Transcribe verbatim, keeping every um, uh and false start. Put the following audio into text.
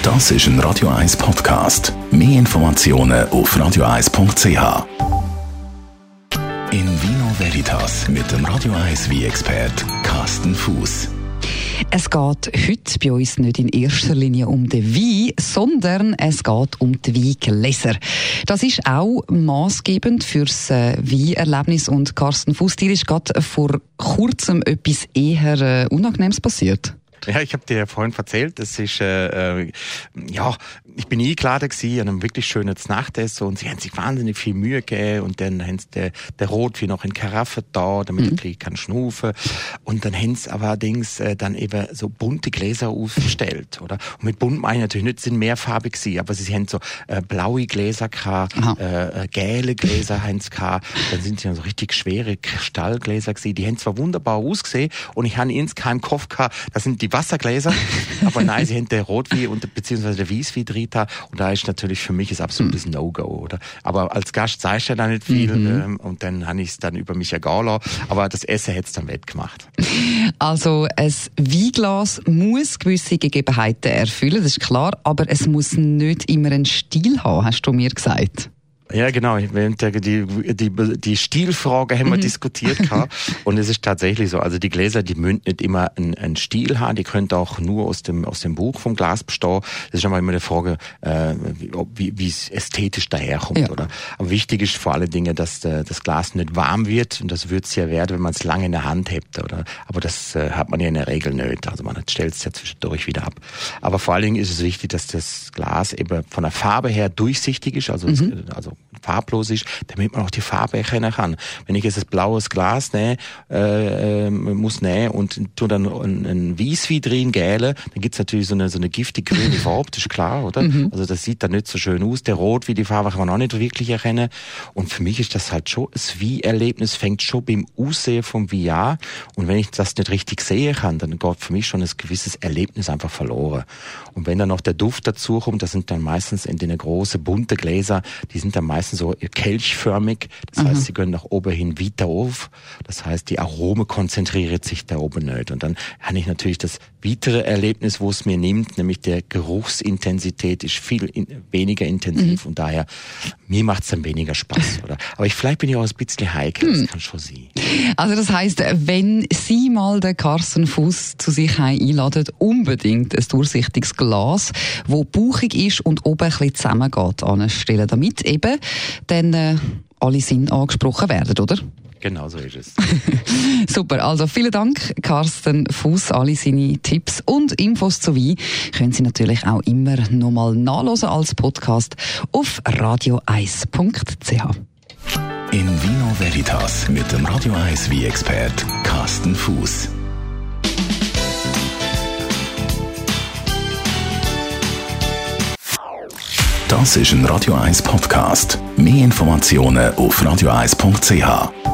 Das ist ein Radio eins Podcast. Mehr Informationen auf radio eins punkt c h. In Vino Veritas mit dem Radio eins Wein-Expert Carsten Fuß. Es geht heute bei uns nicht in erster Linie um den Wein, sondern es geht um die Weingläser. Das ist auch maßgebend fürs äh, Weinerlebnis. Und Carsten Fuß, dir ist gerade vor kurzem etwas eher äh, Unangenehmes passiert. Ja, ich habe dir ja vorhin erzählt, es ist, äh, äh, ja, ich bin eingeladen gewesen an einem wirklich schönen Nachtessen und sie haben sich wahnsinnig viel Mühe gegeben und dann haben sie den, den Rotwein noch in Karaffe da, damit mhm. ich kann schnaufen und dann haben sie aber allerdings äh, dann eben so bunte Gläser aufgestellt, oder? Und mit bunt meine ich natürlich nicht, sie sind mehrfarbig gewesen, aber sie haben so äh, blaue Gläser gehabt, äh, äh, gelbe Gläser haben sie gehabt, dann sind sie so richtig schwere Kristallgläser gewesen, die haben zwar wunderbar ausgesehen und ich habe insgeheim Kopf gehabt, das sind die Wassergläser, aber nein, sie haben den Rotwein und beziehungsweise der Weißwein drin und da ist natürlich für mich ein absolutes mhm. No-Go, oder? Aber als Gast sagst du ja da nicht viel mhm. ähm, und dann habe ich es dann über mich ergehen lassen, aber das Essen hat es dann wettgemacht. Also ein Weinglas muss gewisse Gegebenheiten erfüllen, das ist klar, aber es muss nicht immer einen Stil haben, hast du mir gesagt. Ja, genau. Die, die, die Stilfrage haben wir mhm. diskutiert gehabt. Und es ist tatsächlich so. Also die Gläser, die müssen nicht immer einen, einen Stil haben. Die können auch nur aus dem, aus dem Buch vom Glas bestehen. Das ist schon mal immer die Frage, äh, wie, wie es ästhetisch daherkommt, ja. oder? Aber wichtig ist vor allen Dingen, dass äh, das Glas nicht warm wird. Und das wird es ja werden, wenn man es lange in der Hand hebt, oder? Aber das äh, hat man ja in der Regel nicht. Also man stellt es ja zwischendurch wieder ab. Aber vor allen Dingen ist es wichtig, dass das Glas eben von der Farbe her durchsichtig ist. Also, mhm. es, also farblos ist, damit man auch die Farbe erkennen kann. Wenn ich jetzt ein blaues Glas nähe, äh, muss nähen und tu dann einen, einen Weißwein drin gäle, dann gibt's natürlich so eine, so eine giftig grüne Farbe, das ist klar, oder? Mhm. Also das sieht dann nicht so schön aus. Der Rot wie die Farbe kann man auch nicht wirklich erkennen. Und für mich ist das halt schon, das Weinerlebnis fängt schon beim Aussehen vom Wein an. Und wenn ich das nicht richtig sehen kann, dann geht für mich schon ein gewisses Erlebnis einfach verloren. Und wenn dann noch der Duft dazu kommt, das sind dann meistens in den großen, bunten Gläser, die sind dann meistens so kelchförmig, das mhm. heißt, sie gehen nach oben hin weiter auf, das heißt, die Arome konzentriert sich da oben nicht. Und dann habe ich natürlich das weitere Erlebnis, wo es mir nimmt, nämlich der Geruchsintensität ist viel in, weniger intensiv mhm. und daher, mir macht es dann weniger Spaß, oder? Aber ich, vielleicht bin ich auch ein bisschen heikel, mhm. das kann schon sein. Also das heisst, wenn Sie mal den Carsten Fuß zu sich einladen, unbedingt ein durchsichtiges Glas, wo bauchig ist und oben ein bisschen zusammengeht, anstellen, damit eben dann äh, alle Sinne angesprochen werden, oder? Genau so ist es. Super, also vielen Dank, Carsten Fuß. Alle seine Tipps und Infos zu Wein können Sie natürlich auch immer nochmal nachhören als Podcast auf radio eins punkt c h. In Vino Veritas mit dem Radio eins Wein-Expert Carsten Fuß. Das ist ein Radio eins Podcast. Mehr Informationen auf radio eins punkt c h.